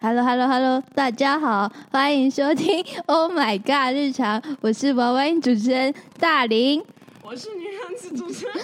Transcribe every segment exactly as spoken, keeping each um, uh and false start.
Hello Hello Hello， 大家好，欢迎收听 Oh My God 日常，我是娃娃音主持人大林， 我是女汉子主持人。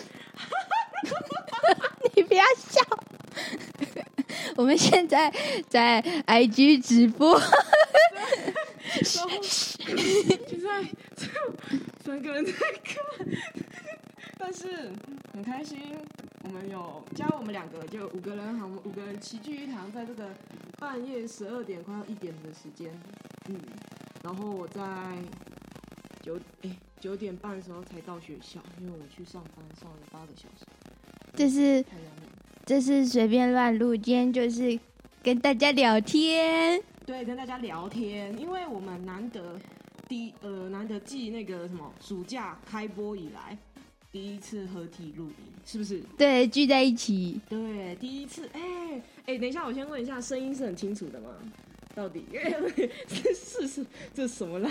你不要笑。我们现在在 I G 直播， 然后就在三个人在看，但是很开心，我们有加我们两个，就五个人，好，我们五个人齐聚一堂，在这个半夜十二点快要一点的时间，嗯，然后我在九哎九点半的时候才到学校，因为我去上班上了八个小时， 这是太阳了。 这是随便乱录，今天就是跟大家聊天。 对，跟大家聊天，因为我们难得第呃难得继那个什么暑假开播以来，第一次合体录音，是不是？ 对，聚在一起。 对，第一次。哎、欸、哎、欸，等一下，我先问一下，声音是很清楚的吗？到底是是这是什么啦？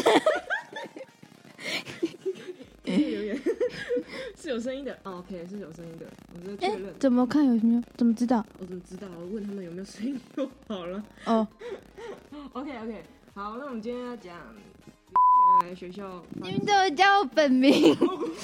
留言是有声音的、哦、，OK， 是有声音的，我是确认、欸。 怎么看有没有？怎么知道？ 我怎么知道？我问他们有没有声音就好了。 哦、 oh. ，OK OK， 好，那我们今天要讲来学校。 你们怎么叫我本名？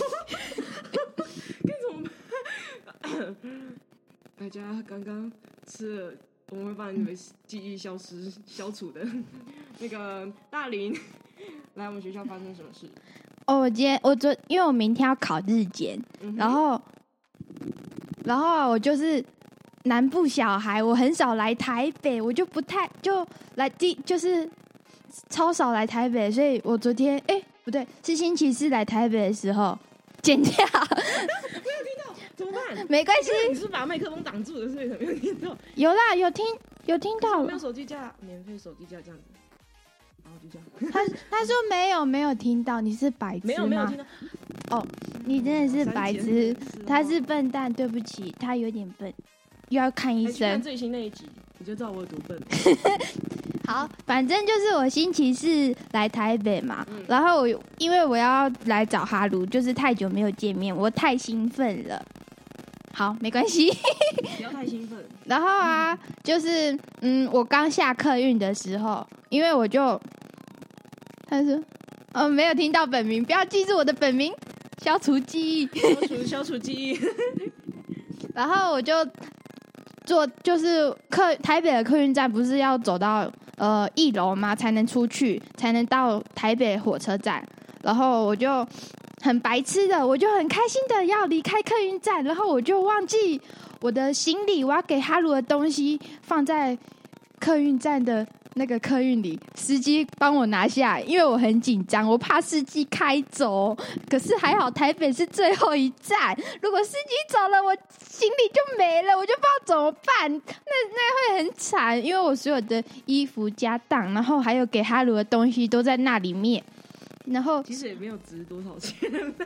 该怎么办？大家刚刚吃了，我们会把你们记忆消失、消除的。那个大林，来我们学校发生什么事？ 哦，我今天我昨因为我明天要考日检、嗯，然后，然后我就是南部小孩，我很少来台北，我就不太就来第就是超少来台北，所以我昨天哎、欸、不对，是星期四来台北的时候剪掉， 没有听到怎么办？ 没关系， 你是把麦克风挡住的，所以没有听到。 有啦，有听有听到， 没有手机架，免费手机架这样子。然后就这样， 他他说没有没有听到，你是白痴吗？ 没有没有听到。 哦，你真的是白痴，他是笨蛋，对不起，他有点笨，又要看医生。 看最新那一集，你就知道我有多笨。 好，反正就是我星期四来台北嘛，嗯、然后我因为我要来找哈鲁，就是太久没有见面，我太兴奋了。好，没关系， 不要太兴奋。 然后啊，就是嗯，我刚下客运的时候，因为我就他说，哦，没有听到本名，不要记住我的本名，消除记忆， 消除消除记忆。 然后我就坐，就是客台北的客运站，不是要走到呃一楼吗？才能出去，才能到台北火车站。然后我就很白痴的，我就很开心的要离开客运站，然后我就忘记我的行李，我要给哈鲁的东西放在客运站的那个客运里，司机帮我拿下，因为我很紧张，我怕司机开走。可是还好台北是最后一站，如果司机走了，我行李就没了，我就不知道怎么办，那那会很惨，因为我所有的衣服家当，然后还有给哈鲁的东西都在那里面。然后其实也没有值多少钱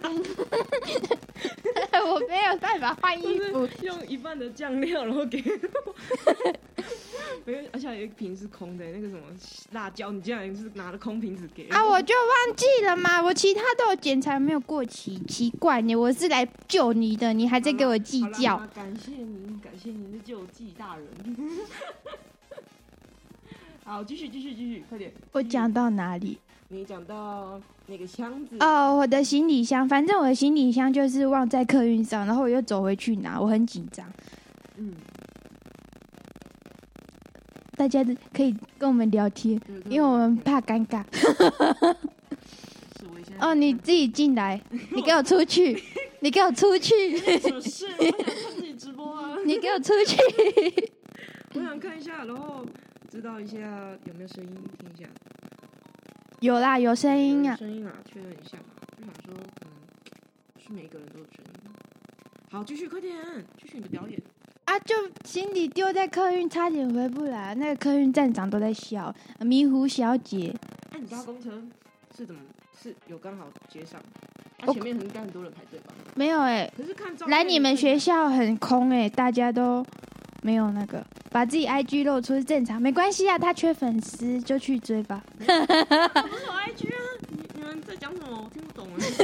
我没有办法换衣服， 用一半的酱料，然后给没有，而且有一瓶是空的，那个什么辣椒，你竟然是拿了空瓶子给啊！我就忘记了嘛，我其他都有检查，没有过期，奇怪你，我是来救你的，你还在给我计较。 感谢您，感谢您的救济大人。好，继续继续继续，快点。 我讲到哪里？ 你讲到那个箱子哦，我的行李箱，反正我的行李箱就是忘在客运上，然后我又走回去拿，我很紧张。嗯，大家可以跟我们聊天，因为我们怕尴尬。哦，你自己进来，你给我出去，你给我出去。 什么事？我想看自己直播啊！ 你给我出去。 我想看一下，然后知道一下有没有声音，听一下。 有啦，有声音啊！ 有声音啦，确认一下嘛。我想说，可能是每个人都有声音。好，继续，快点，继续你的表演。 啊，就行李丢在客运，差点回不来。那个客运站长都在笑，迷糊小姐。 哎、啊，你搭公车是怎么？是有刚好接上？啊、前面应该很多人排队吧？ 没有哎、欸。 可是看照来你们学校很空哎、欸，大家都没有那个。把自己 I G 露出是正常，没关系啊，他缺粉丝就去追吧。 不是我 I G 啊，你你们在讲什么？我听不懂哎。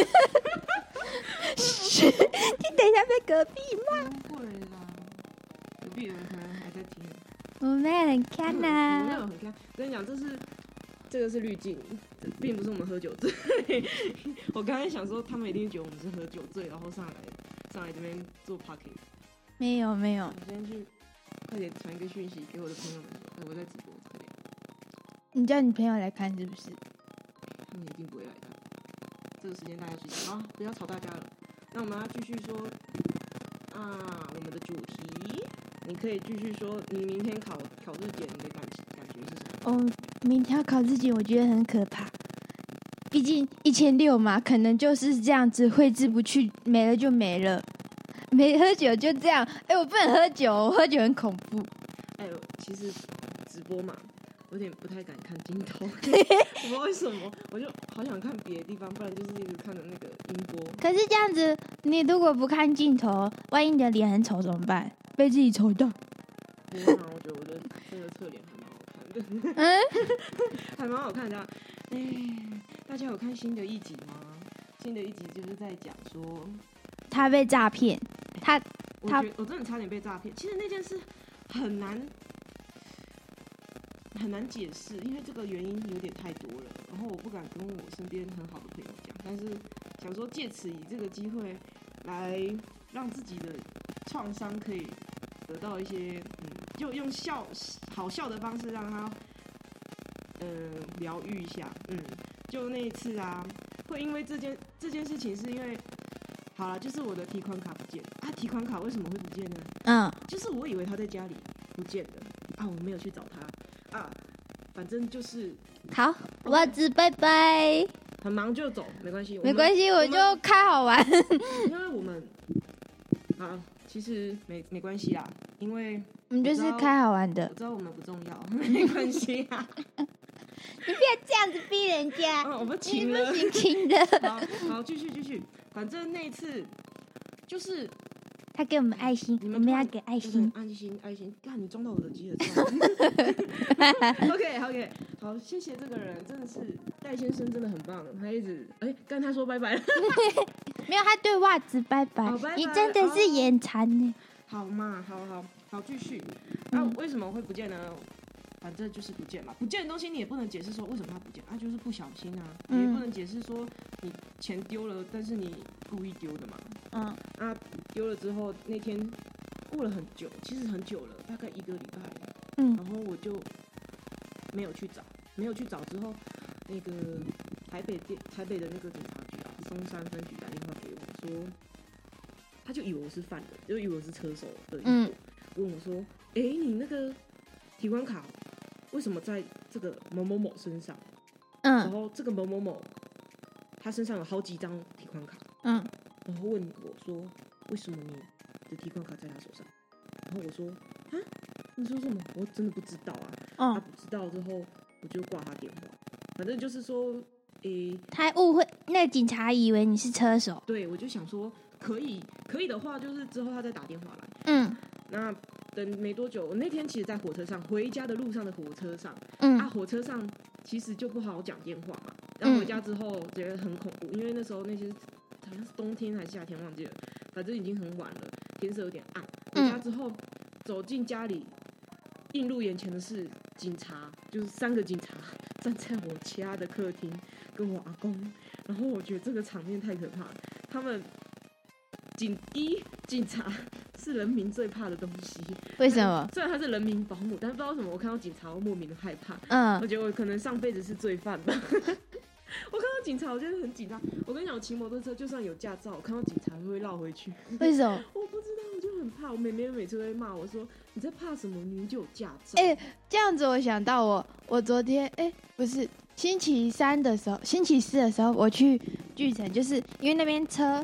你等一下被隔壁骂。 不会啦，隔壁人可能还在听。 我们也很看呐、 我们有很看。跟你讲，这是这个是滤镜，并不是我们喝酒醉。我刚才想说，他们一定觉得我们是喝酒醉，然后上来上来这边做 parking。 没有没有， 我先去，快点传一个讯息给我的朋友们说，哎，我在直播，快点。 你叫你朋友来看是不是？ 他们一定不会来看。这个时间大家睡觉啊，不要吵大家了。那我们要继续说啊，我们的主题，你可以继续说，你明天考考日检，你的感感觉是什么？ 哦，明天要考自己，我觉得很可怕。毕竟一千六嘛，可能就是这样子挥之不去，没了就没了。没喝酒就这样，哎、欸，我不能喝酒，我喝酒很恐怖。 哎、欸，其实直播嘛，我有点不太敢看镜头，我不知道为什么，我就好想看别的地方，不然就是一直看着那个音波。 可是这样子，你如果不看镜头，万一你的脸很丑怎么办？被自己丑到。 不会啊，我觉得我的这个侧脸还蛮好看的，嗯，还蛮好看的、啊。哎、欸，大家有看新的一集吗？新的一集就是在讲说他被诈骗。他他我觉得我真的差点被诈骗。其实那件事很难很难解释，因为这个原因有点太多了，然后我不敢跟我身边很好的朋友讲，但是想说借此以这个机会来让自己的创伤可以得到一些，嗯，就用笑好笑的方式让他呃疗愈一下，嗯，就那一次啊，会因为这件这件事情是因为。好了，就是我的提款卡不见啊！提款卡为什么会不见呢？嗯，就是我以为他在家里不见了啊，我没有去找他啊，反正就是好，袜子拜拜。 很忙就走，没关系， 没关系，我就开好玩。 因为我们啊，其实没没关系啦，因为我们就是开好玩的。 我知道我们不重要，没关系啊。 你不要这样子逼人家， 嗯，我们请了， 不行请的。 好，好，继续继续。反正那一次就是他给我们爱心， 你们我们要给爱心， 爱心，爱心。看你装到我的机了。OK OK， 好，谢谢这个人，真的是戴先生，真的很棒。他一直哎跟他说拜拜了， 没有，他对袜子拜拜。 哦、拜拜你真的是眼馋呢。 好嘛，好好好，继续。啊，为什么会不见呢？反正就是不见嘛，不见的东西你也不能解释说为什么它不见，啊就是不小心啊，你也不能解释说你钱丢了，但是你故意丢的嘛。嗯，啊丢了之后那天过了很久，其实很久了，大概一个礼拜。嗯，然后我就没有去找，没有去找之后，那个台北电台北的那个警察局啊，松山分局打电话给我说，他就以为我是犯人，就以为我是车手的意思，问我说，哎、欸，你那个提款卡为什么在这个某某某身上？嗯，然后这个某某某，他身上有好几张提款卡。嗯，然后问我说，为什么你的提款卡在他手上？然后我说，啊，你说什么？我真的不知道啊。嗯，他不知道之后，我就挂他电话。反正就是说，诶、欸， 他误会，那个警察以为你是车手。 对，我就想说，可以，可以的话，就是之后他再打电话来。 嗯， 那。等没多久，我那天其实，在火车上回家的路上的火车上，嗯，啊，火车上其实就不好讲电话嘛。然后回家之后觉得很恐怖，因为那时候那些好像是冬天还是夏天忘记了，反正已经很晚了，天色有点暗。回家之后走进家里，映入眼前的是警察，就是三个警察站在我家的客厅跟我阿公，然后我觉得这个场面太可怕了，他们警一警察。是人民最怕的东西。 为什么？ 虽然他是人民保姆，但不知道为什么我看到警察我莫名的害怕。嗯，我觉得我可能上辈子是罪犯吧。我看到警察，我真的很紧张。我跟你讲，我骑摩托车就算有驾照，我看到警察会绕回去。 为什么？ 我不知道，我就很怕。我妹妹每次都会骂我说：“你在怕什么？你明明就有驾照。” 哎、欸，这样子我想到我，我昨天哎、欸，不是星期三的时候，星期四的时候我去巨城，就是因为那边车。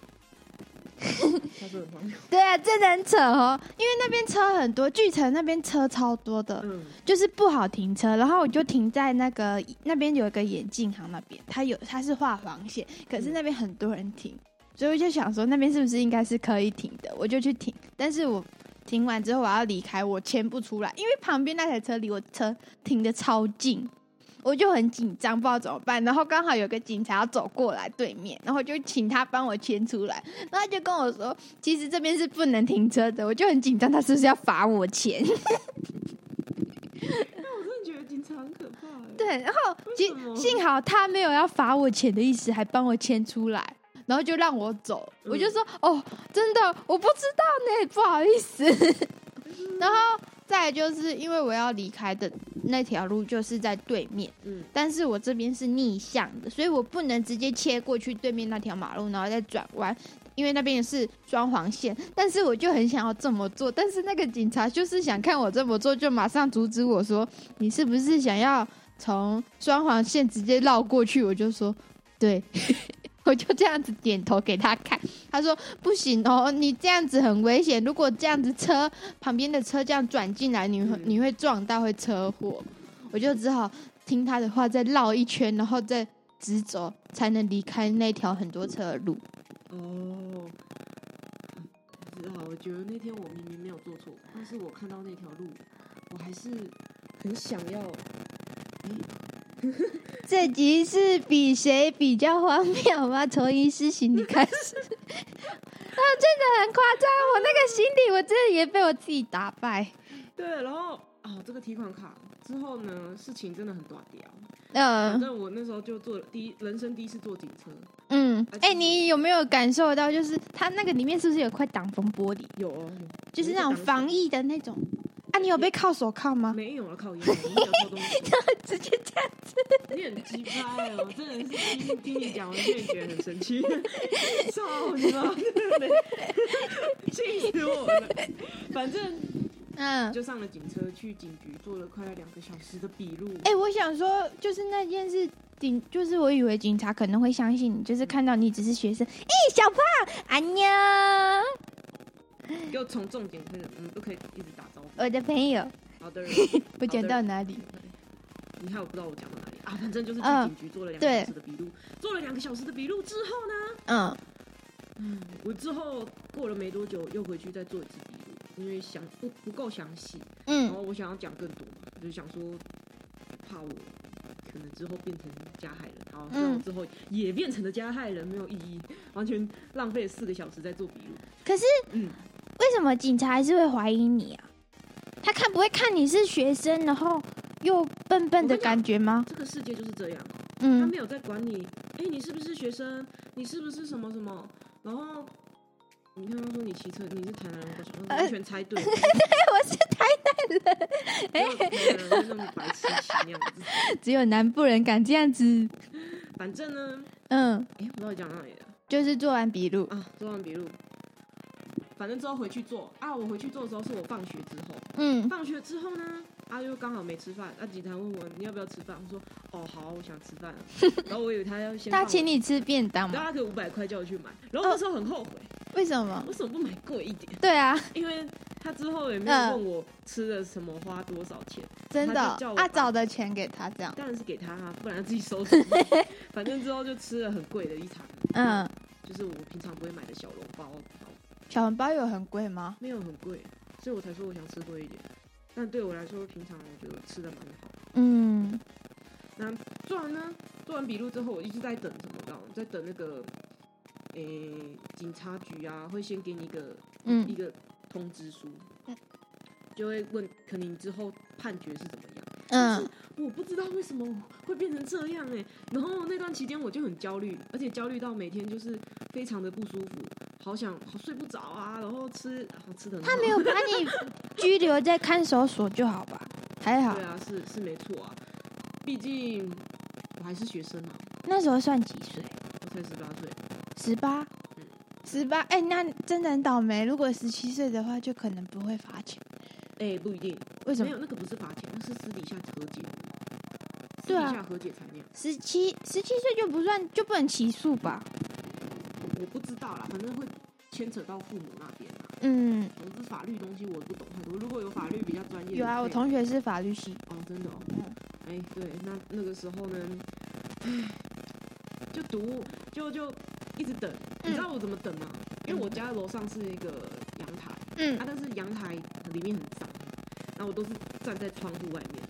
他说很荒谬。 对啊，真的很扯哦，因为那边车很多，巨城那边车超多的，嗯，就是不好停车。然后我就停在那个那边有一个眼镜行那边，它有它是画黄线，可是那边很多人停，所以我就想说那边是不是应该是可以停的，我就去停。但是我停完之后我要离开，我牵不出来，因为旁边那台车离我车停的超近。我我就很紧张，不知道怎么办。然后刚好有个警察要走过来对面，然后就请他帮我牵出来。然后他就跟我说，其实这边是不能停车的。我就很紧张，他是不是要罚我钱？ 那我真的觉得警察很可怕哎。 对，然后幸好他没有要罚我钱的意思，还帮我牵出来，然后就让我走。嗯、我就说哦，真的我不知道呢，不好意思。然后再来就是因为我要离开的那条路就是在对面，嗯，但是我这边是逆向的，所以我不能直接切过去对面那条马路，然后再转弯，因为那边也是双黄线。但是我就很想要这么做，但是那个警察就是想看我这么做，就马上阻止我说：“你是不是想要从双黄线直接绕过去？”我就说：“对。”我就这样子点头给他看，他说不行哦，你这样子很危险，如果这样子车旁边的车这样转进来，你会、嗯、你会撞到，会车祸。我就只好听他的话，再绕一圈，然后再直走，才能离开那条很多车的路。 哦，只好我觉得那天我明明没有做错，但是我看到那条路，我还是很想要。 这集是比谁比较荒谬吗？从一事情里开始，啊，真的很夸张。我那个心里，我真的也被我自己打败。 对，然后哦，这个提款卡之后呢，事情真的很短掉。 嗯， 反正我那时候就坐第一人生第一次坐警车。 嗯，哎、欸，你有没有感受到，就是它那个里面是不是有块挡风玻璃？ 有哦， 就是那种防疫的那种。啊，你有被铐手铐吗？ 没有啊，铐烟，我没有偷东西。 直接这样子， 你很鸡掰哦！真的是听听你讲，我真的觉得很生气。操你妈！气死我了！反正嗯，就上了警车去警局做了快要两个小时的笔录。 哎、欸，我想说，就是那件事警，就是我以为警察可能会相信你，就是看到你只是学生。哎、欸，小胖，安妞。 给我从重点开始，我们都可以一直打招呼。 我的朋友， 好的人， 我讲到哪里？ 你看我不知道我讲到哪里啊？反正就是去警局做了两个小时的笔录，做了两个小时的笔录之后呢，嗯嗯，我之后过了没多久又回去再做一次笔录，因为想不不够详细，嗯，然后我想要讲更多嘛，就想说怕我可能之后变成加害人，好，嗯，之后也变成了加害人，没有意义，完全浪费了四个小时在做笔录。 可是，嗯。为什么警察还是会怀疑你啊？他看不会看你是学生，然后又笨笨的感觉吗？ 这个世界就是这样，嗯，他没有在管你，哎、欸，你是不是学生？你是不是什么什么？然后你看他说你骑车，你是台南人，我完全猜对，呃、 我是台南人， 哎、欸，台南人那么白痴骑那样子， 只有南部人敢这样子。 反正呢， 嗯， 哎、欸，我到底讲哪里了？ 就是做完笔录啊，做完笔录。反正之后回去做啊，我回去做的时候是我放学之后， 嗯， 放学之后呢，啊又刚好没吃饭，啊警察问我你要不要吃饭，我说哦好，我想吃饭了，然后我以为他要先他请你吃便当嘛， 然后他给五百块叫我去买，然后那时候很后悔， 哦、为什么？ 为什么不买贵一点？ 对啊， 因为他之后也没有问我吃了什么，花多少钱， 真的，他找的钱给他这样， 当然是给他啊，不然自己收拾。反正之后就吃了很贵的一餐，嗯，就是我平常不会买的小笼包。 小笼包有很贵吗？ 没有很贵，所以我才说我想吃贵一点。但对我来说，平常我觉得吃的蛮好。嗯，那做完呢？做完笔录之后，我一直在等什么？知道在等那个，诶、欸，警察局啊，会先给你一个，嗯，一个通知书，嗯，就会问，可能你之后判决是怎么样。嗯，我不知道为什么会变成这样哎、欸。然后那段期间我就很焦虑，而且焦虑到每天就是非常的不舒服。好想好睡不着啊，然后吃好吃的。 他没有把你拘留在看守所就好吧？还好。 对啊，是是没错啊，毕竟我还是学生啊。 那时候算几岁？ 我才十八岁。 十八？嗯，十八。哎，那真的很倒霉。如果十七岁的话，就可能不会罚钱。 哎、欸，不一定。 为什么？ 没有，那个不是罚钱，那是私底下和解。对啊，私底下和解才那样。 十七十七岁就不算，就不能起诉吧？ 我不知道啦，反正会牵扯到父母那边啦。 嗯， 总之法律东西我不懂太多。如果有法律比较专业的， 有啊，我同学是法律系。 哦，真的哦。嗯。哎、欸，对，那那个时候呢，唉，就读就就一直等。你知道我怎么等吗？因为我家楼上是一个阳台，嗯啊，但是阳台里面很脏，然后我都是站在窗户外面，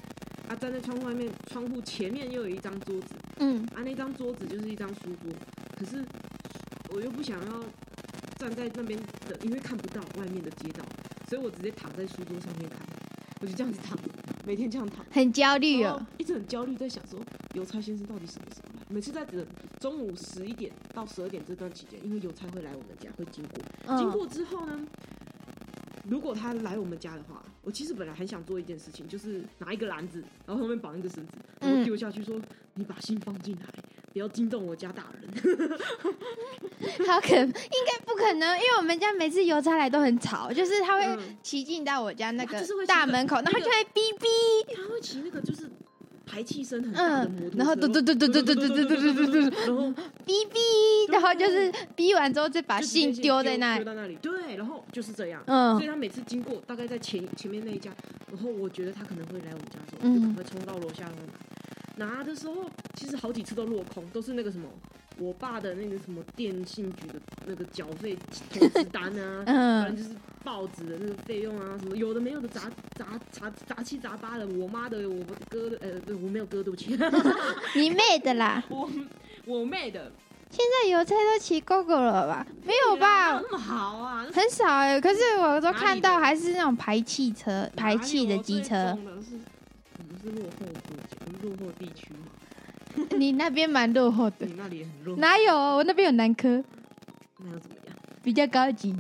啊，站在窗户外面，窗户前面又有一张桌子， 嗯， 啊，那张桌子就是一张书桌，可是我又不想要站在那边的，因为看不到外面的街道，所以我直接躺在书桌上面看，我就这样子躺，每天这样躺， 很焦虑哦， 一直很焦虑，在想说邮差先生到底什么时候来？每次在等中午十一点到十二点这段期间，因为邮差会来我们家，会经过， 嗯、 经过之后呢，如果他来我们家的话，我其实本来很想做一件事情，就是拿一个篮子，然后后面绑一个绳子，然后丢下去说：“嗯、你把信放进来，不要惊动我家大人。” 好可，应该不可能，因为我们家每次邮差来都很吵，就是他会骑进到我家那个大门口，然后他就会哔哔， 他会骑那个就是排气声很大的摩托车， 然后嘟嘟嘟嘟嘟嘟嘟嘟嘟嘟嘟，然后哔哔，然后就是哔完之后再把信丢在那里， 丢在那里，对，然后就是这样， 嗯， 所以他每次经过，大概在前前面那一家，然后我觉得他可能会来我们家的时候，就赶快冲到楼下然后拿，拿的时候其实好几次都落空，都是那个什么。我爸的那个什么电信局的那个缴费投资单啊，嗯，反正就是报纸的那个费用啊，什么有的没有的杂杂杂杂七杂八的，我妈的，我哥的，呃，我没有哥，对不起， 你妹的啦， 我我妹的。 现在邮差都骑 GoGo 了吧？没有吧？ 那么好啊， 很少哎、欸。可是我都看到还是那种排气车、排气的机车。 我们是落后国落后地区嘛。 你那边蛮落后的， 你那里也很落后。 哪有？我那边有南科， 那又怎么样？ 比较高级。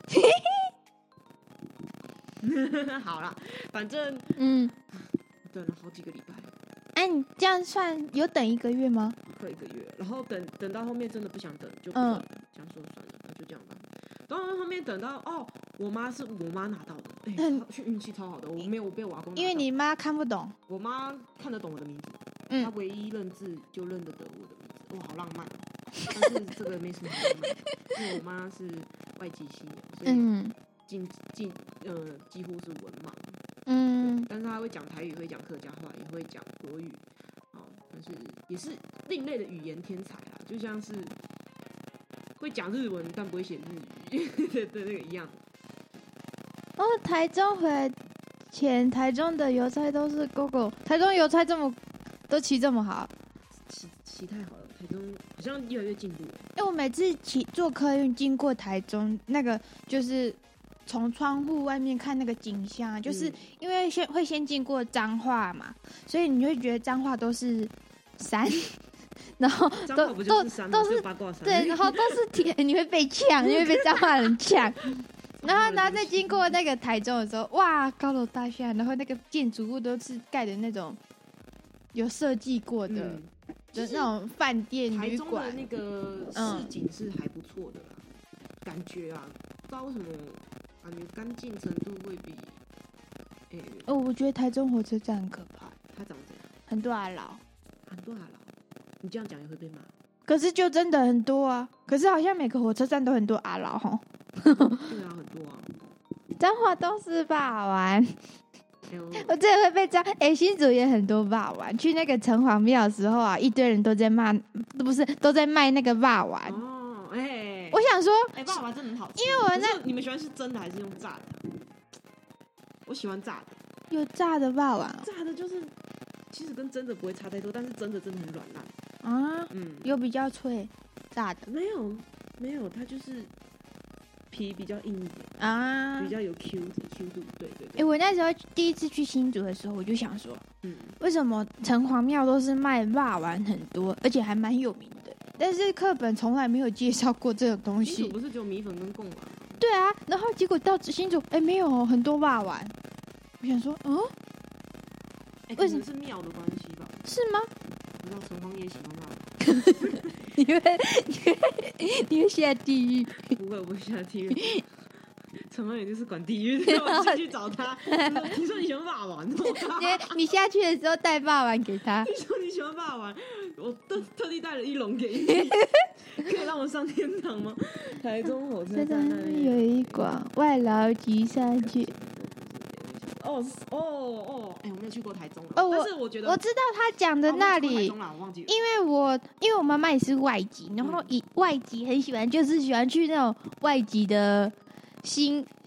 好啦，反正嗯， 等了好几个礼拜。 哎、啊，你这样算有等一个月吗？ 快一个月，然后等等到后面真的不想等，就不等了。嗯、这样说算了，那就这样吧。然后后面等到哦，我妈是我妈拿到的，哎、欸，去运气超好的，我没有被我阿公拿到。 因为你妈看不懂， 我妈看得懂我的名字。 嗯， 他唯一认字就认得得我的名字，哇，好浪漫、喔！但是这个没什么好浪漫的，因为我妈是外籍新娘，所以近近呃几乎是文盲。嗯，但是她会讲台语，会讲客家话，也会讲国语，哦，但是也是另类的语言天才啦，就像是会讲日文但不会写日语的那个一样。 哦，台中回来前，台中的邮差都是 GoGo， 台中邮差这么。都骑这么好， 骑骑太好了，台中好像越来越进步。 因为我每次骑坐客运经过台中，那个就是从窗户外面看那个景象，就是因为先会先经过彰化嘛，所以你会觉得彰化都是山，然后都都都是八卦山， 对，然后都是铁，你会被呛，你会被彰化人呛。然后，然后再经过那个台中的时候，哇，高楼大厦，然后那个建筑物都是盖的那种。有设计过的，嗯、就是那种饭店、旅馆， 那个市景是还不错的啦，嗯、感觉啊，不知道为什么感觉干净程度会比，诶、欸， 哦，我觉得台中火车站很可怕， 它长怎样？ 很多阿劳， 很多阿劳，你这样讲也会被骂。 可是就真的很多啊，可是好像每个火车站都很多阿劳吼。 对啊，很多啊。 彰化都是霸王。我真的会被这样，哎、欸，新竹也很多霸王。去那个城隍庙的时候啊，一堆人都在骂，不是都在卖那个霸王。 哦，哎、欸， 我想说， 哎、欸，霸王真的很好吃。 因为我那你们喜欢吃真的还是用炸的？我喜欢炸的。 有炸的霸王、哦， 炸的就是其实跟真的不会差太多，但是真的真的很软烂啊。嗯，有比较脆，炸的没有没有，它就是。皮比较硬一点啊， 比较有 Q 的 Q 度，对对对。 哎、欸，我那时候第一次去新竹的时候，我就想说，嗯，为什么城隍庙都是卖肉丸很多，而且还蛮有名的，但是课本从来没有介绍过这种东西。 新竹不是只有米粉跟贡丸吗？ 对啊，然后结果到新竹，哎、欸，没有很多肉丸。我想说，嗯， 哎、欸，为什么是庙的关系吧？ 是吗？ 你知道城隍爷喜欢肉丸。 你会你会你会下地狱？ 不会，我不会下地狱。城隍爷就是管地狱的，我进去找他。听说你喜欢霸王，你你下去的时候带霸王给他。 你说你喜欢霸王，我特特地带了一笼给你，可以让我上天堂吗？台中火车站那里有一广外劳集上去。 哦哦哦，哎、欸，我没有去过台中了， 哦， 但是我觉得我知道他讲的那里， 哦、我忘记了， 因为我因为我妈妈也是外籍，然后以外籍很喜欢，就是喜欢去那种外籍的新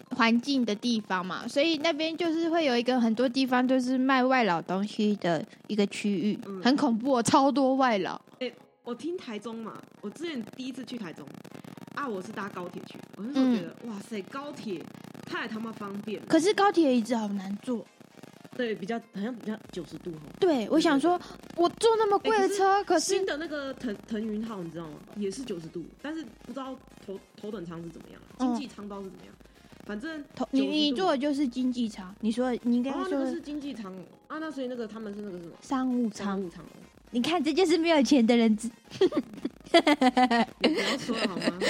环境的地方嘛，所以那边就是会有一个很多地方就是卖外劳东西的一个区域，嗯、很恐怖、哦，超多外劳。 欸，我听台中嘛，我之前第一次去台中啊，我是搭高铁去，我那时候觉得、嗯、哇塞，高铁太他妈方便了。 可是高铁一直好难坐。 对，比较好像比较九十度。 对，我想说，我坐那么贵的车， 欸、可是新的那个腾腾云号，你知道吗？也是九十度，但是不知道头头等舱是怎么样，经济舱不知道是怎么样。嗯、反正你你坐的就是经济舱，你说你应该说、 哦、那个是经济舱啊，那所以那个他们是那个什么商务舱？ 商务舱。 你看，这就是没有钱的人。 你不要说了好吗？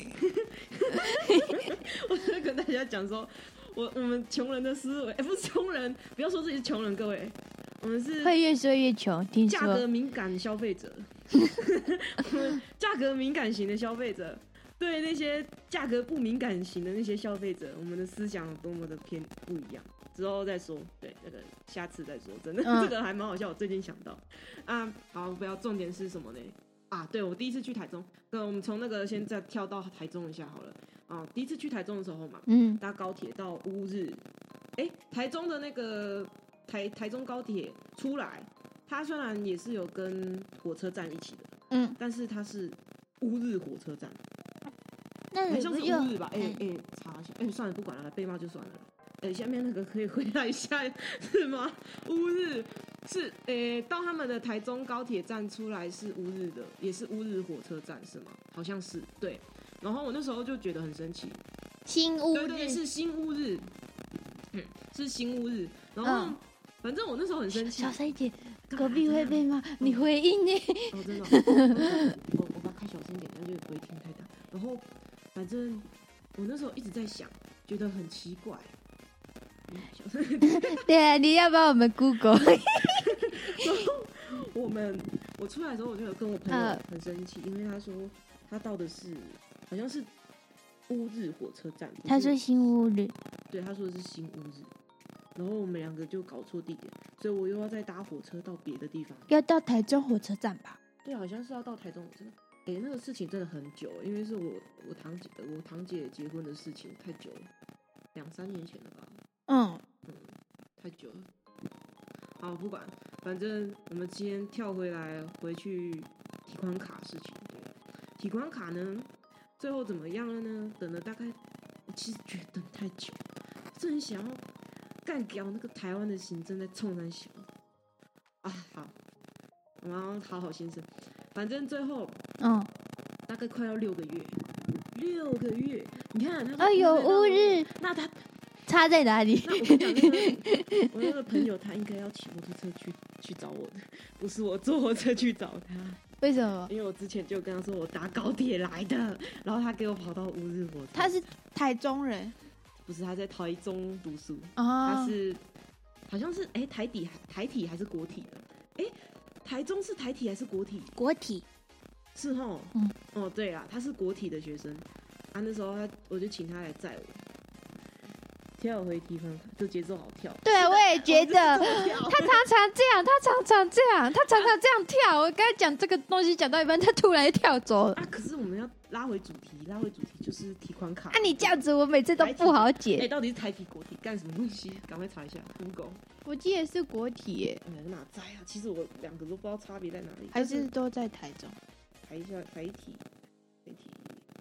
我在跟大家讲说。我我们穷人的思维，哎、欸，不是穷人，不要说自己是穷人，各位，我们是会越说越穷，听说价格敏感消费者，我们价格敏感型的消费者，对那些价格不敏感型的那些消费者，我们的思想有多么的偏不一样，之后再说，对，那个下次再说，真的、嗯、这个还蛮好笑，我最近想到啊，好，不要，重点是什么呢？啊，对，我第一次去台中，那我们从那个先再跳到台中一下好了。哦，第一次去台中的时候嘛，嗯，搭高铁到乌日，哎、欸，台中的那个台台中高铁出来，它虽然也是有跟火车站一起的，嗯，但是它是乌日火车站， 那好像是乌日吧？哎、欸、哎、欸，查一下，哎、欸，算了，不管了，被骂就算了。哎、欸，下面那个可以回答一下是吗？乌日是哎、欸，到他们的台中高铁站出来是乌日的，也是乌日火车站是吗？好像是，对。然后我那时候就觉得很神奇， 新乌日， 对对，是新乌日，嗯，是新乌日。然后、嗯、反正我那时候很生气， 小声一点，隔壁会被骂。你回应呢？ 哦，真的、哦，我我把它开小声一点，那就不会听太大。然后反正我那时候一直在想，觉得很奇怪。小声一点。 对啊，你要帮我们 Google。 然后我们我出来的时候，我就有跟我朋友很生气，因为他说。他到的是好像是乌日火车站， 他说新乌日， 对，他说的是新乌日，然后我们两个就搞错地点，所以我又要再搭火车到别的地方， 要到台中火车站吧？ 对，好像是要到台中火车站。哎、欸，那个事情真的很久，因为是我我堂姐我堂姐结婚的事情，太久了，两三年前了吧？ 嗯嗯，太久了。好，不管，反正我们先跳回来，回去提款卡事情。提款卡呢，最后怎么样了呢？等了大概，我其实觉得等太久，真很想要干掉那个台湾的行政在冲三小啊！好，我们要好好先生。反正最后，嗯，大概快要六个月，六个月，你看他， 哎呦乌日， 那他差在哪里？ 那我跟你讲，那個、我那个朋友他应该要骑摩托车去去找我的，不是我坐火车去找他。 为什么？ 因为我之前就跟他说我搭高铁来的，然后他给我跑到乌日火车。 他是台中人， 不是他在台中读书，哦、他是好像是哎、欸、台体台体还是国体的？哎、欸，台中是台体还是国体？ 国体是齁，嗯，哦对啊，他是国体的学生，啊那时候他我就请他来载我。跳回提款卡，这节奏好跳。 对，我也觉得他常常这样，他常常这样，他常常这样跳。我刚才讲这个东西讲到一半，他突然跳走了。 啊，可是我们要拉回主题，拉回主题就是提款卡。 啊，你这样子我每次都不好解。 哎、欸，到底是台体国体干什么东西？赶快查一下 Google。 我记得是国体耶。 哎、欸，哪在啊？其实我两个都不知道差别在哪里。 还是都在台中？ 台一下台体，台体，台体。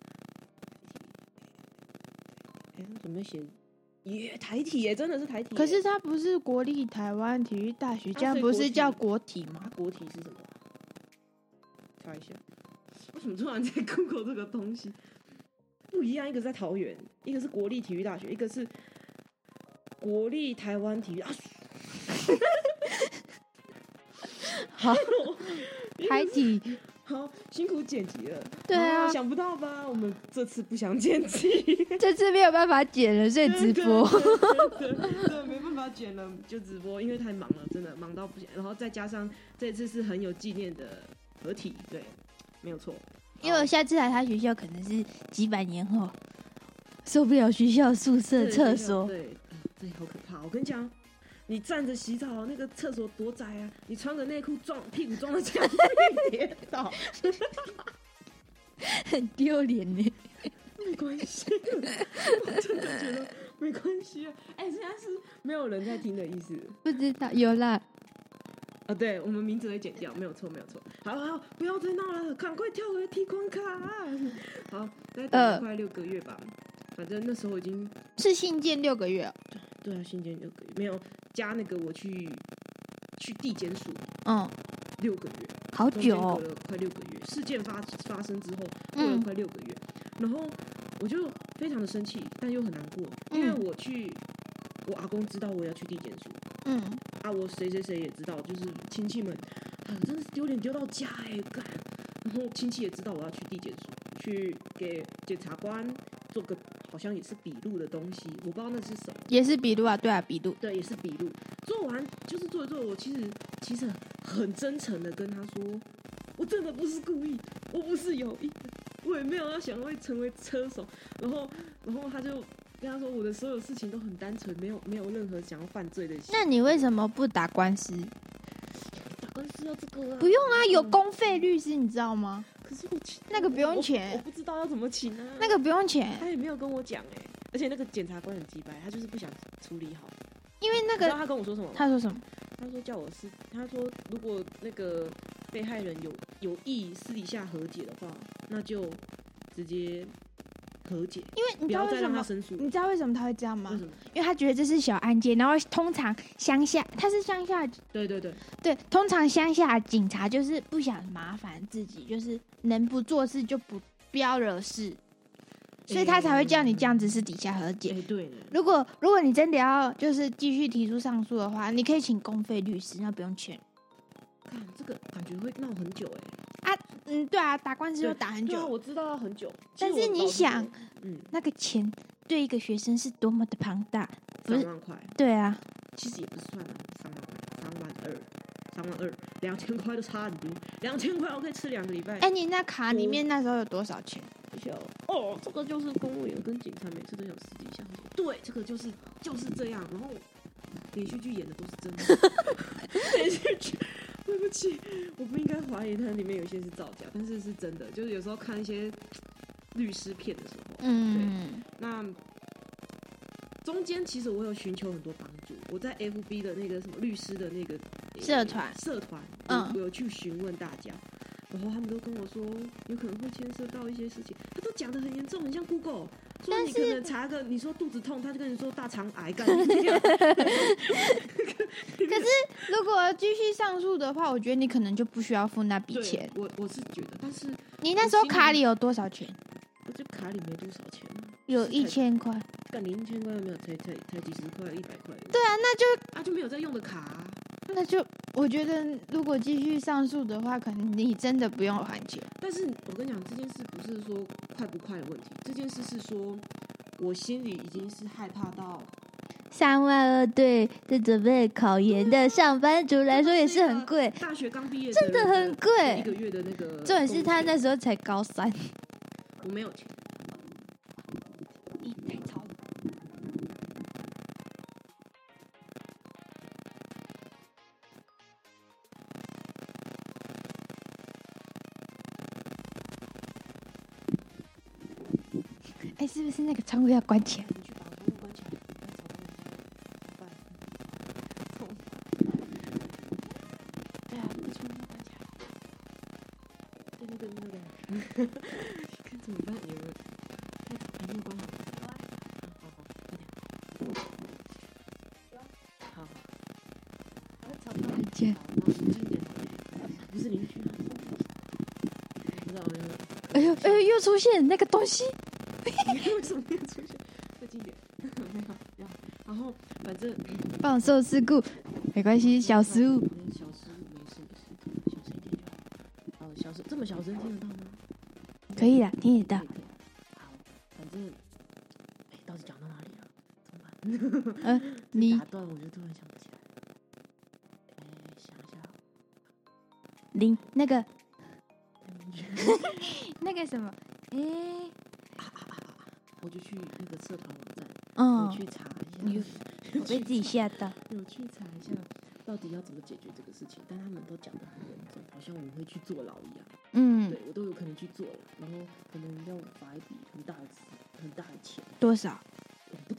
哎、欸，他怎么写？耶、yeah, 台体耶，真的是台体。 可是它不是国立台湾体育大学，这样不是叫国体吗？ 啊、国体是什么？查一下。为什么突然在 Google 这个东西？不一样，一个在桃园，一个是国立体育大学，一个是国立台湾体育大学。 好，台体。 好辛苦剪辑了， 对啊， 想不到吧？我们这次不想剪辑， 这次没有办法剪了，所以直播。 对, 对, 对, 对，没办法剪了，就直播，因为太忙了，真的忙到不行。然后再加上这次是很有纪念的合体，对，没有错。 因为我下次来他学校可能是几百年后，受不了学校宿舍厕所。 对，这好可怕！我跟你讲。你站着洗澡，那个厕所多窄啊！你穿个内裤撞屁股撞到墙壁跌倒， 很丢脸呢。 没关系，我真的觉得没关系啊。哎、欸，现在是没有人在听的意思。 不知道有啦。 啊，对，我们名字会剪掉，没有错，没有错。好好，不要再闹了，赶快跳回提款卡。好，大概等了快六个月吧。呃反正那时候已经是信件六个月、哦， 对啊，信件六个月，没有加那个我去去地检署， 嗯， 六个月， 好久、哦， 隔了快六个月。事件发发生之后，过了快六个月，嗯、然后我就非常的生气，但又很难过，因为我去，我阿公知道我要去地检署， 嗯， 啊，我谁谁谁也知道，就是亲戚们，啊，真的是丢脸丢到家哎、欸，干，然后亲戚也知道我要去地检署，去给检察官做个。好像也是笔录的东西，我不知道那是什么。 也是笔录啊，对啊，笔录。 对，也是笔录。做完就是做一做，我其实其实很真诚的跟他说，我真的不是故意，我不是有意，我也没有要想会成为车手。然后，然后他就跟他说，我的所有事情都很单纯，没有没有任何想要犯罪的心。 那你为什么不打官司？ 打官司要这个啊？ 不用啊，有公费律师，你知道吗？ 可是我那个不用钱， 我, 我不知道要怎么请啊。 那个不用钱， 他也没有跟我讲哎、欸，而且那个检察官很鸡掰，他就是不想处理好。 因为那个， 你知道他跟我说什么吗？ 他说什么？ 他说叫我是，他说如果那个被害人有有意私底下和解的话，那就直接和解， 因为你知道为什么？你知道为什么他会这样吗？ 为什么？ 因为他觉得这是小案件，然后通常乡下他是乡下， 对对对对，通常乡下警察就是不想麻烦自己，就是能不做事就不不要惹事。所以他才会叫你这样子私底下和解。 欸、对。 如果如果你真的要就是继续提出上诉的话，你可以请公费律师，那不用钱。 看这个感觉会闹很久哎、 欸。啊，嗯，对啊，打官司就打很久。 对啊，我知道要很久。 但是你想， 嗯， 那个钱对一个学生是多么的庞大，不是？ 三万块。 对啊， 其实也不算啊，三万块，三万二，三万二，两千块都差很多。两千块我可以吃两个礼拜。 哎、欸，你那卡里面那时候有多少钱？ 哦，这个就是公务员跟警察每次都想私底下和解。对，这个就是就是这样。然后连续剧演的都是真的。连续剧，对不起，我不应该怀疑它里面有些是造假，但是是真的。就是有时候看一些律师片的时候，嗯，对，那中间其实我有寻求很多帮助。我在 F B 的那个什么律师的那个社团社团，嗯，我有去询问大家。然后他们都跟我说，有可能会牵涉到一些事情，他都讲得很严重，很像 Google， 说你可能查个，你说肚子痛，他就跟你说大肠癌，干可是如果继续上诉的话，我觉得你可能就不需要付那笔钱。 我我是觉得，但是你那时候卡里有多少钱？ 我就卡里没多少钱、啊， 有一千块， 干你一千块有没有？才才才几十块，一百块。 对啊，那就啊就没有在用的卡、啊。 那就我觉得，如果继续上诉的话，可能你真的不用还钱。 但是我跟你讲，这件事不是说快不快的问题，这件事是说我心里已经是害怕到三万二，对，对准备考研的上班族来说也是很贵。 大学刚毕业真的很贵， 一个月的那个。 重点是他那时候才高三， 我没有钱。 咦，太吵了。哎、欸，是不是那个窗户要关起来？ 你去把窗户关起来，不要吵到人家。对啊，把窗户关起来。哎、欸，那个那个，看怎么办？有没有？太吵，还没有关好。好好好，快点。好好。 吵到人家。 好，近点。不是邻居啊。不知道有没有？ 哎呦哎呦，又出现那个东西。 为什么没有出现？再近点，没有，然后反正放送事故没关系，小失误。 小失误没事没事，小声一点就好。哦，小声这么小声听得到吗？ 可以啦，听得到。 好，反正哎，到底讲到哪里了？怎么办？ 呃，你打断我就突然想不起来。哎，想一下。 零那个那个什么，哎。 我就去那个社团网站， 嗯， 我去查一下， 我被自己吓到。 有去查一下到底要怎么解决这个事情，但他们都讲得很严重，好像我们会去坐牢一样。嗯，对我都有可能去坐了，然后可能要罚一笔很大的很大的钱。 多少？ 我不知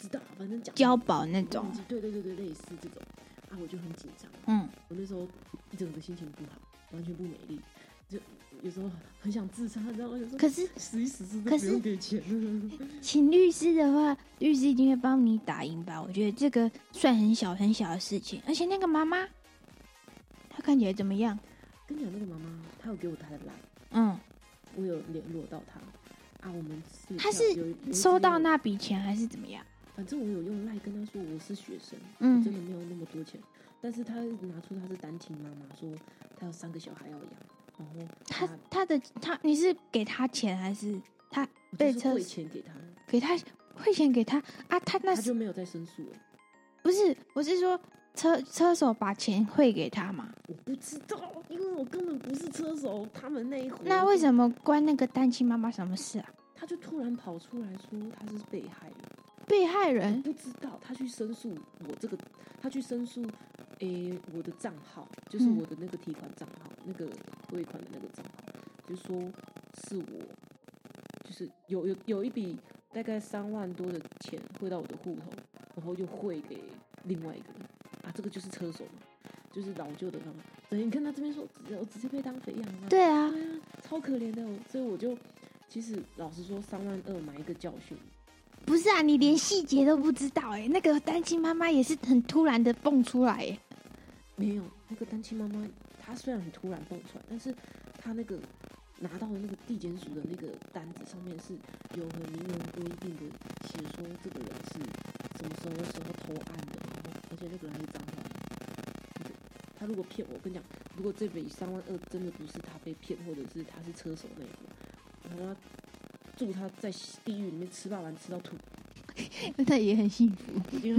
知道，反正讲交保那种， 对对对对，类似这种啊，我就很紧张。 嗯， 我那时候一整个心情不好，完全不美丽，就有时候很想自杀，知道吗？有时候可是死一死是可是不用给钱请律师的话，律师一定会帮你打赢吧？我觉得这个算很小很小的事情，而且那个妈妈，她看起来怎么样？ 跟你讲，那个妈妈她有给我她的 line， 嗯， 我有联络到她啊，我们是她是有有收到那笔钱还是怎么样？ 反正我有用 line 跟她说我是学生， 嗯我真的没有那么多钱，但是她拿出她是单亲妈妈，说她有三个小孩要养，然后他他的他，你是给他钱还是他被车汇钱给他？ 给他汇钱给他啊？他那他就没有再申诉了。 不是，我是说车车手把钱汇给他嘛？ 我不知道，因为我根本不是车手，他们那一伙。 那为什么关那个单亲妈妈什么事啊？ 他就突然跑出来说他是被害人。 被害人？ 我不知道，他去申诉我这个，他去申诉，诶、欸，我的账号就是我的那个提款账号，嗯、那个汇款的那个账号，就说是我，就是有有有一笔大概三万多的钱汇到我的户头，然后又汇给另外一个人啊，这个就是车手嘛，就是老旧的方法。所以你看他这边说，我直接被当肥羊了。 对啊， 对啊，超可怜的。所以我就其实老实说，三万二买一个教训。 不是啊，你连细节都不知道哎、欸，那个单亲妈妈也是很突然的蹦出来哎、欸。 没有，那个单亲妈妈她虽然很突然蹦出来，但是她那个拿到的那个地检署的那个单子上面是有很明文规定的，写说这个人是什么什么时候投案的，然后而且那个人还是彰化的。他如果骗我，我跟你讲，如果这笔三万二真的不是他被骗，或者是他是车手那个，然后祝他在地狱里面吃霸王吃到吐， 那也很幸福。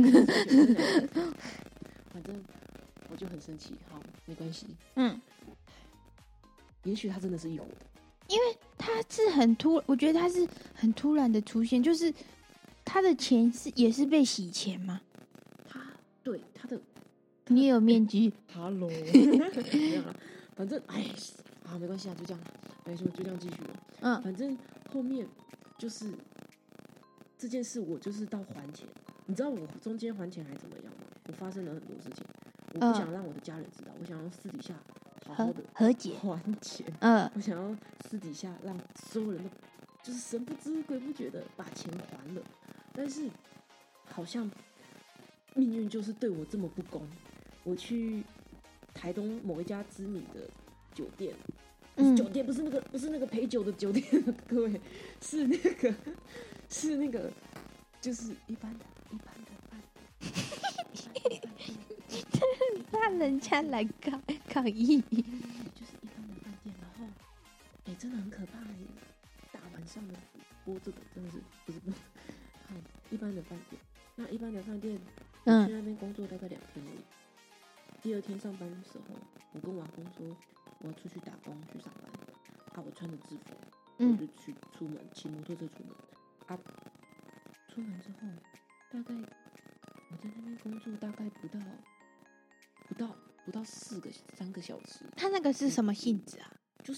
反正我就很生气，好，没关系。 嗯， 也许他真的是一伙的， 因为他是很突，我觉得他是很突然的出现，就是他的钱是也是被洗钱吗？ 他对他的， 你也有面具 ，Hello， 没有啦，反正哎，好，没关系啊，就这样，没说就这样继续了。 嗯， 反正后面就是这件事，我就是到还钱。你知道我中间还钱还怎么样吗？我发生了很多事情，我不想让我的家人知道，我想要私底下好好的和解还钱。 嗯， 我想要私底下让所有人都就是神不知鬼不觉的把钱还了，但是好像命运就是对我这么不公。我去台东某一家知名的酒店。嗯，酒店不是那个，不是那个陪酒的酒店，各位，是那个，是那个，就是一般的、一般的饭店， 让人家来抗抗议， 就是一般的饭店。然后，哎、欸，真的很可怕耶！大晚上的播这个真的是不是不是，好一般的饭店。那一般的饭店，嗯，去那边工作大概两天而已。第二天上班的时候，我跟我阿公说。我要出去打工去上班，啊，我穿着制服，嗯、我就去出门，骑摩托车出门。啊，出门之后，大概我在那边工作大概不到不到不到四个三个小时。 他那个是什么性质啊？ 就是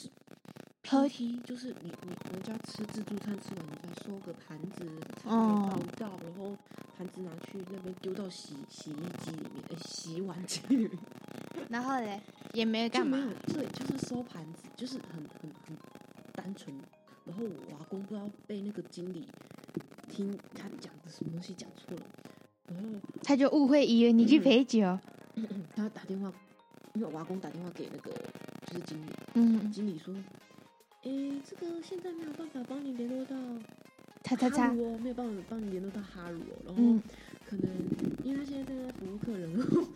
P T， 就是你你人家吃自助餐吃完，人家收个盘子，菜放到，然后盘子拿去那边丢到洗洗衣机里面，哎、欸，洗碗机里面。 然后嘞，也没干嘛， 对，就是收盘子，就是很很很单纯。然后我阿公不知道被那个经理听他讲的什么东西讲错了，然后他就误会以为你去陪酒。 嗯嗯、他打电话，因为我阿公打电话给那个就是经理， 嗯， 经理说，哎，这个现在没有办法帮你联络到叉叉叉哦，没有办法帮你联络到哈鲁哦，然后。 嗯可能因为他现在正在服务客人，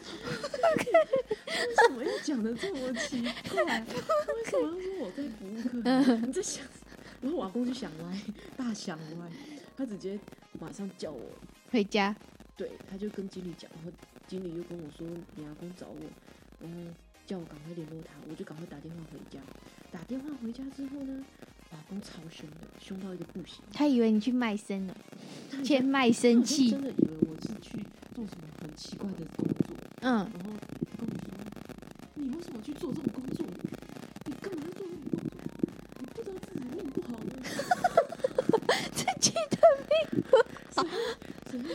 为什么要讲的这么奇怪？为什么要说我在服务客人？你在想？然后我阿公就想歪，大想歪，他直接马上叫我回家。 对，他就跟经理讲，然后经理又跟我说你阿公找我，然后叫我赶快联络他，我就赶快打电话回家。打电话回家之后呢，我阿公超凶的，凶到一个不行。 他以为你去卖身了，去卖身契。 真的以为我是去做什么很奇怪的工作。嗯，然后跟我说，你为什么去做这种工作？你干嘛要做这种工作？你不知道自己命不好吗？ 自己的命不好。 只会说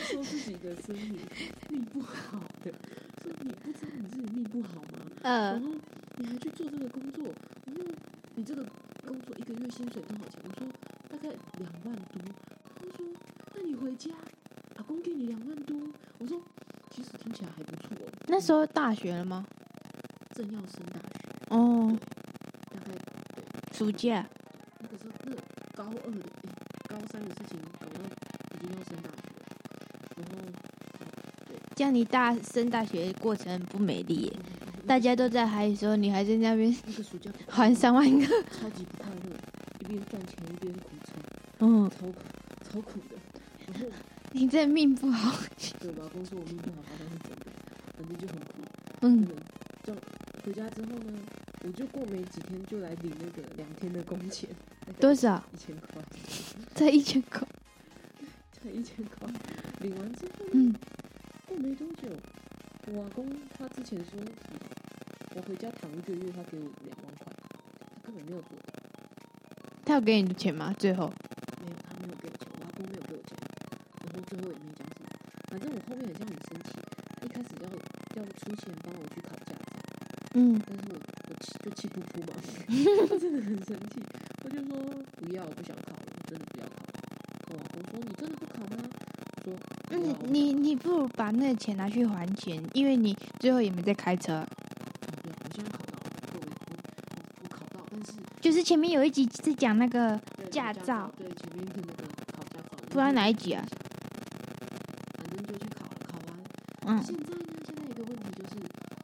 己的身体命不好的，说你不知道你自己命不好吗？ 呃然，后你还去做这个工作，我说你这个工作一个月薪水多少钱？我说大概两万多。他说那你回家，阿公给你两万多。我说其实听起来还不错哦。 那时候大学了吗？ 正要升大学， 哦， 大概暑假。 那个时候那高二的、诶高三的事情搞到已经要升大学了，然后这样你大升大学的过程不美丽耶，大家都在嗨的时候，你还在那边那个暑假还三万个。 超级不快乐，一边赚钱一边苦撑， 嗯， 超苦超苦的。然后你这命不好。 对吧？公说我命不好，好像是真的，反正就很苦。 嗯， 真的，就回家之后呢，我就过没几天就来领那个两天的工钱， 多少？ 一千块， 才一千块。 才一千块。领完之后呢， 嗯， 过没多久，我阿公他之前说什么？我回家躺一个月，他给我两万块，他根本没有做到。 他有给你的钱吗？最后？ 没有，他没有给我钱，我阿公没有给我钱，然后最后也没讲什么。反正我后面好像很生气，他一开始要要出钱帮我去考驾照， 嗯， 但是我我气就气噗噗嘛，我真的很生气，我就说不要，我不想考了，我真的不要考了。我阿公说你真的不考吗？我说不要嗯， 我不你想你不如把那个钱拿去还钱，因为你最后也没在开车。 考哦不要，我现在考到了，各位，我我我考到，但是就是前面有一集是讲那个对驾照驾照，对前面的那个考驾照， 不知道哪一集啊？ 反正就去考了，考完。 嗯现在呢，现在有一个问题就是，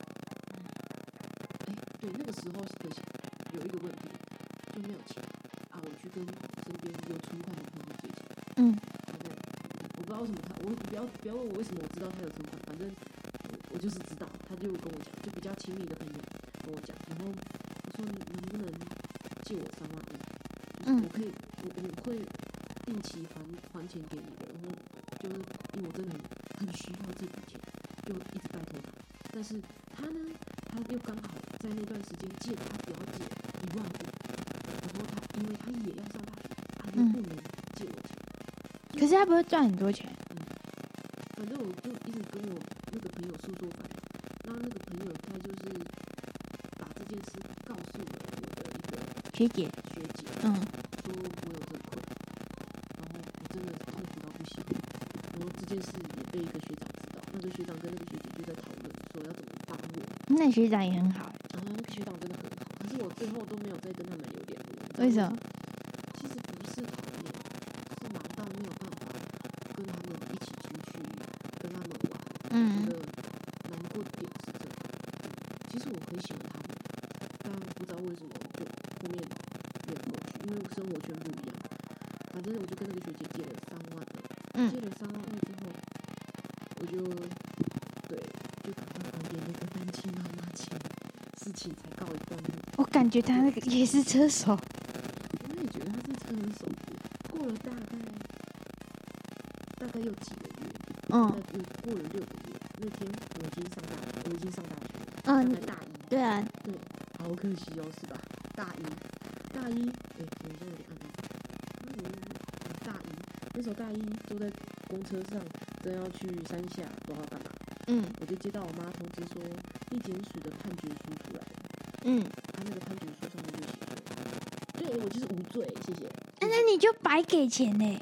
哎、对，那个时候的有一个问题，就没有钱啊，我去跟身边有存款的朋友借钱， 嗯反正我不知道为什么他，我不要不要问我为什么我知道他有存款，反正我我就是知道，他就跟我讲，就比较亲密的朋友跟我讲，然后我说你能不能借我三万五，就是嗯我可以，我我会定期还还钱给你的，然后就是因为我真的很很需要这笔钱，就一直拜托他。但是他呢，他又刚好在那段时间借他表姐一万五，然后他因为他也要上大学，他又不能借我钱。 可是他不会赚很多钱。 反正我就一直跟我那个朋友诉说烦恼，然后那个朋友他就是把这件事告诉了我的一个学姐。 学姐， 嗯说我有这个困，然后我真的痛苦到不行。然后这件事也被一个学长知道，那个学长跟那个学姐就在讨论说要怎么帮我。 那学长也很好。 然后那个学长真的很好，可是我最后都没有再跟他们有联络。 为什么？ 其实不是讨厌，是忙到没有办法跟他们一起出去，跟他们玩。 嗯我觉得难过的点是这个。其实我很喜欢他们，但不知道为什么就后面没有过去，因为生活圈不一样。反正我就跟那个学姐借了三万二， 嗯借了三万二之后，我就对就赶快还给那个单亲妈妈钱，事情才告一段落。 我感觉他那个也是车手。 我也觉得他是车手，过了大概大概又几个月，大嗯概又过了六个月，那天我已经上大学，我已经上大学了， 嗯大概大一。 对啊， 对，好可惜哦，是吧？大一，大一，哎、等一下有点暗暗。嗯，大一那时候大一坐在公车上，正要去山下，不知道干嘛， 嗯我就接到我妈通知说，地检署的判决书出来了。 嗯， 他那个判决书上面就写说，对我就是无罪，谢谢。 啊那你就白给钱呢？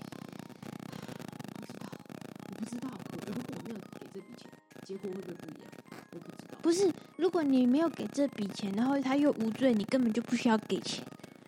不知道，我不知道，我如果我没有给这笔钱，结果会不会不一样？我不知道。 不是，如果你没有给这笔钱，然后他又无罪，你根本就不需要给钱。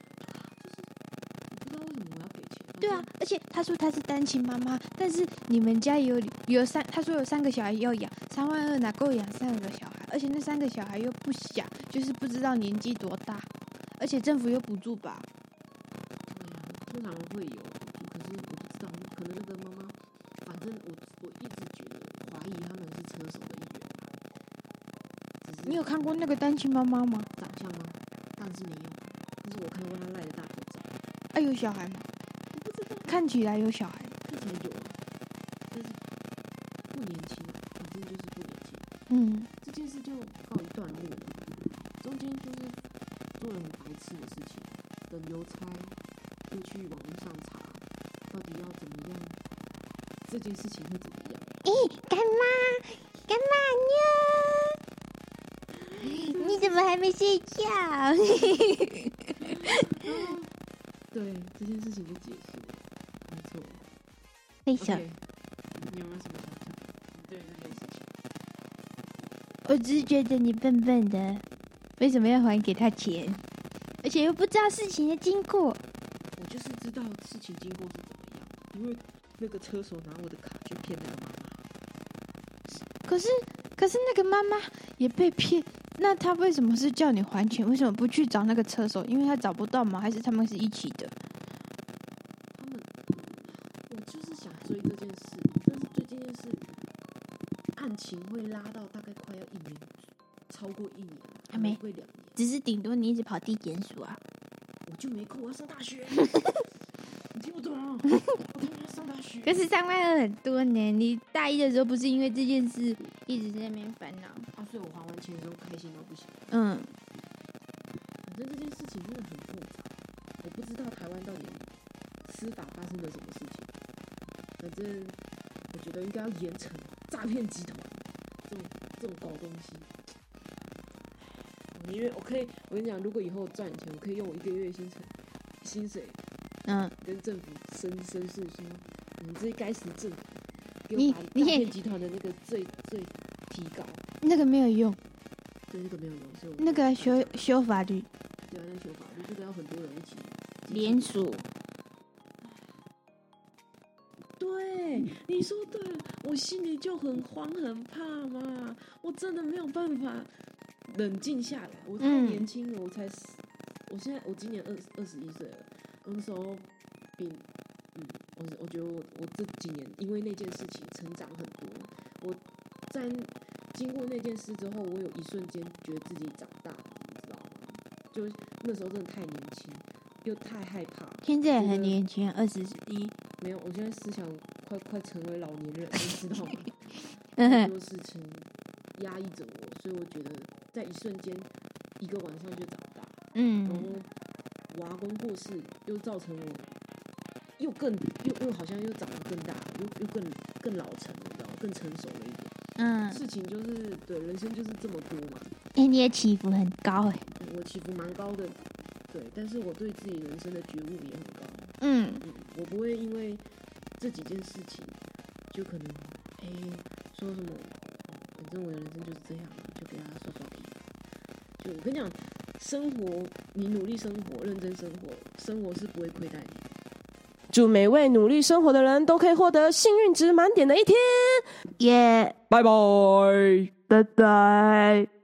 我不知道为什么我要给钱。 对啊，而且他说他是单亲妈妈，但是你们家有有三，他说有三个小孩要养，三万二哪够养三个小孩？而且那三个小孩又不小，就是不知道年纪多大，而且政府又补助吧？ 对啊，通常会有补助，可是我不知道，可能那个妈妈，反正我我一直觉得怀疑他们是车手的一员。只是你有看过那个单亲妈妈吗？ 长相吗？但是没有，但是我看过他赖的大头照。 啊，有小孩吗？ 我不知道， 看起来有小孩。 看起来有啊，但是不年轻，反正就是不年轻。 嗯， 这件事就告一段落了，中间就是做了很白痴的事情，等邮差又去网络上查，到底要怎么样，这件事情会怎么样。 咦，干妈，干妈妞，你怎么还没睡觉？ 对，这件事情就结束了，没错。 为什么？ Okay, 你有没有什么想讲？对这件事情， 我只是觉得你笨笨的，为什么要还给他钱？而且又不知道事情的经过。 我就是知道事情经过是怎么样，因为那个车手拿我的卡去骗那个妈妈。 可是，可是那个妈妈也被骗，那他为什么是叫你还钱？为什么不去找那个车手？因为他找不到吗？还是他们是一起的？ 他们，我就是想追这件事，但是追这件事，案情会拉到大概快要一年，超过一年，还没会两年， 只是顶多你一直跑地检署啊。 我就没空，我要上大学。你听不懂啊？我他妈要上大学。 可是三万二很多呢，你大一的时候不是因为这件事一直在那边烦恼啊？所以我还完钱的时候开心到不行。 嗯， 反正这件事情真的很复杂，我不知道台湾到底司法发生了什么事情。反正我觉得应该要严惩诈骗集团这种这种搞东西。因为我可以，我跟你讲，如果以后赚钱，我可以用我一个月薪水，薪水， 嗯， 跟政府申申诉说，你们这些该死的政府，给你我把诈骗集团的那个罪罪提高。 那个没有用， 对，那个没有用，所以我那个修修法律， 对啊，那修法律这个要很多人一起联署。 对，你说对了，我心里就很慌很怕嘛，我真的没有办法冷静下来。我太年轻了，我才，我现在我今年二二十一岁了，那时候比，嗯，我我觉得我我这几年因为那件事情成长很多。我在经过那件事之后，我有一瞬间觉得自己长大了，你知道吗？就那时候真的太年轻，又太害怕。 现在也很年轻，二十一。 没有，我现在思想快快成为老年人，你知道吗？很多事情压抑着我，所以我觉得在一瞬间，一个晚上就长大。 嗯。 然后我阿公过世，又造成我又更又又好像又长得更大，又又更更老成，你知道吗？更成熟了一点。 嗯。 事情就是对，人生就是这么多嘛。 哎、欸，你的起伏很高哎、 欸。我起伏蛮高的，对，但是我对自己人生的觉悟也很高。 嗯， 嗯，我不会因为这几件事情就可能哎、欸、说什么，反正我的人生就是这样，就给他刷刷皮。就我跟你讲，生活你努力生活，认真生活，生活是不会亏待你。 祝每位努力生活的人都可以获得幸运值满点的一天。 耶、yeah ， 拜拜， 拜拜。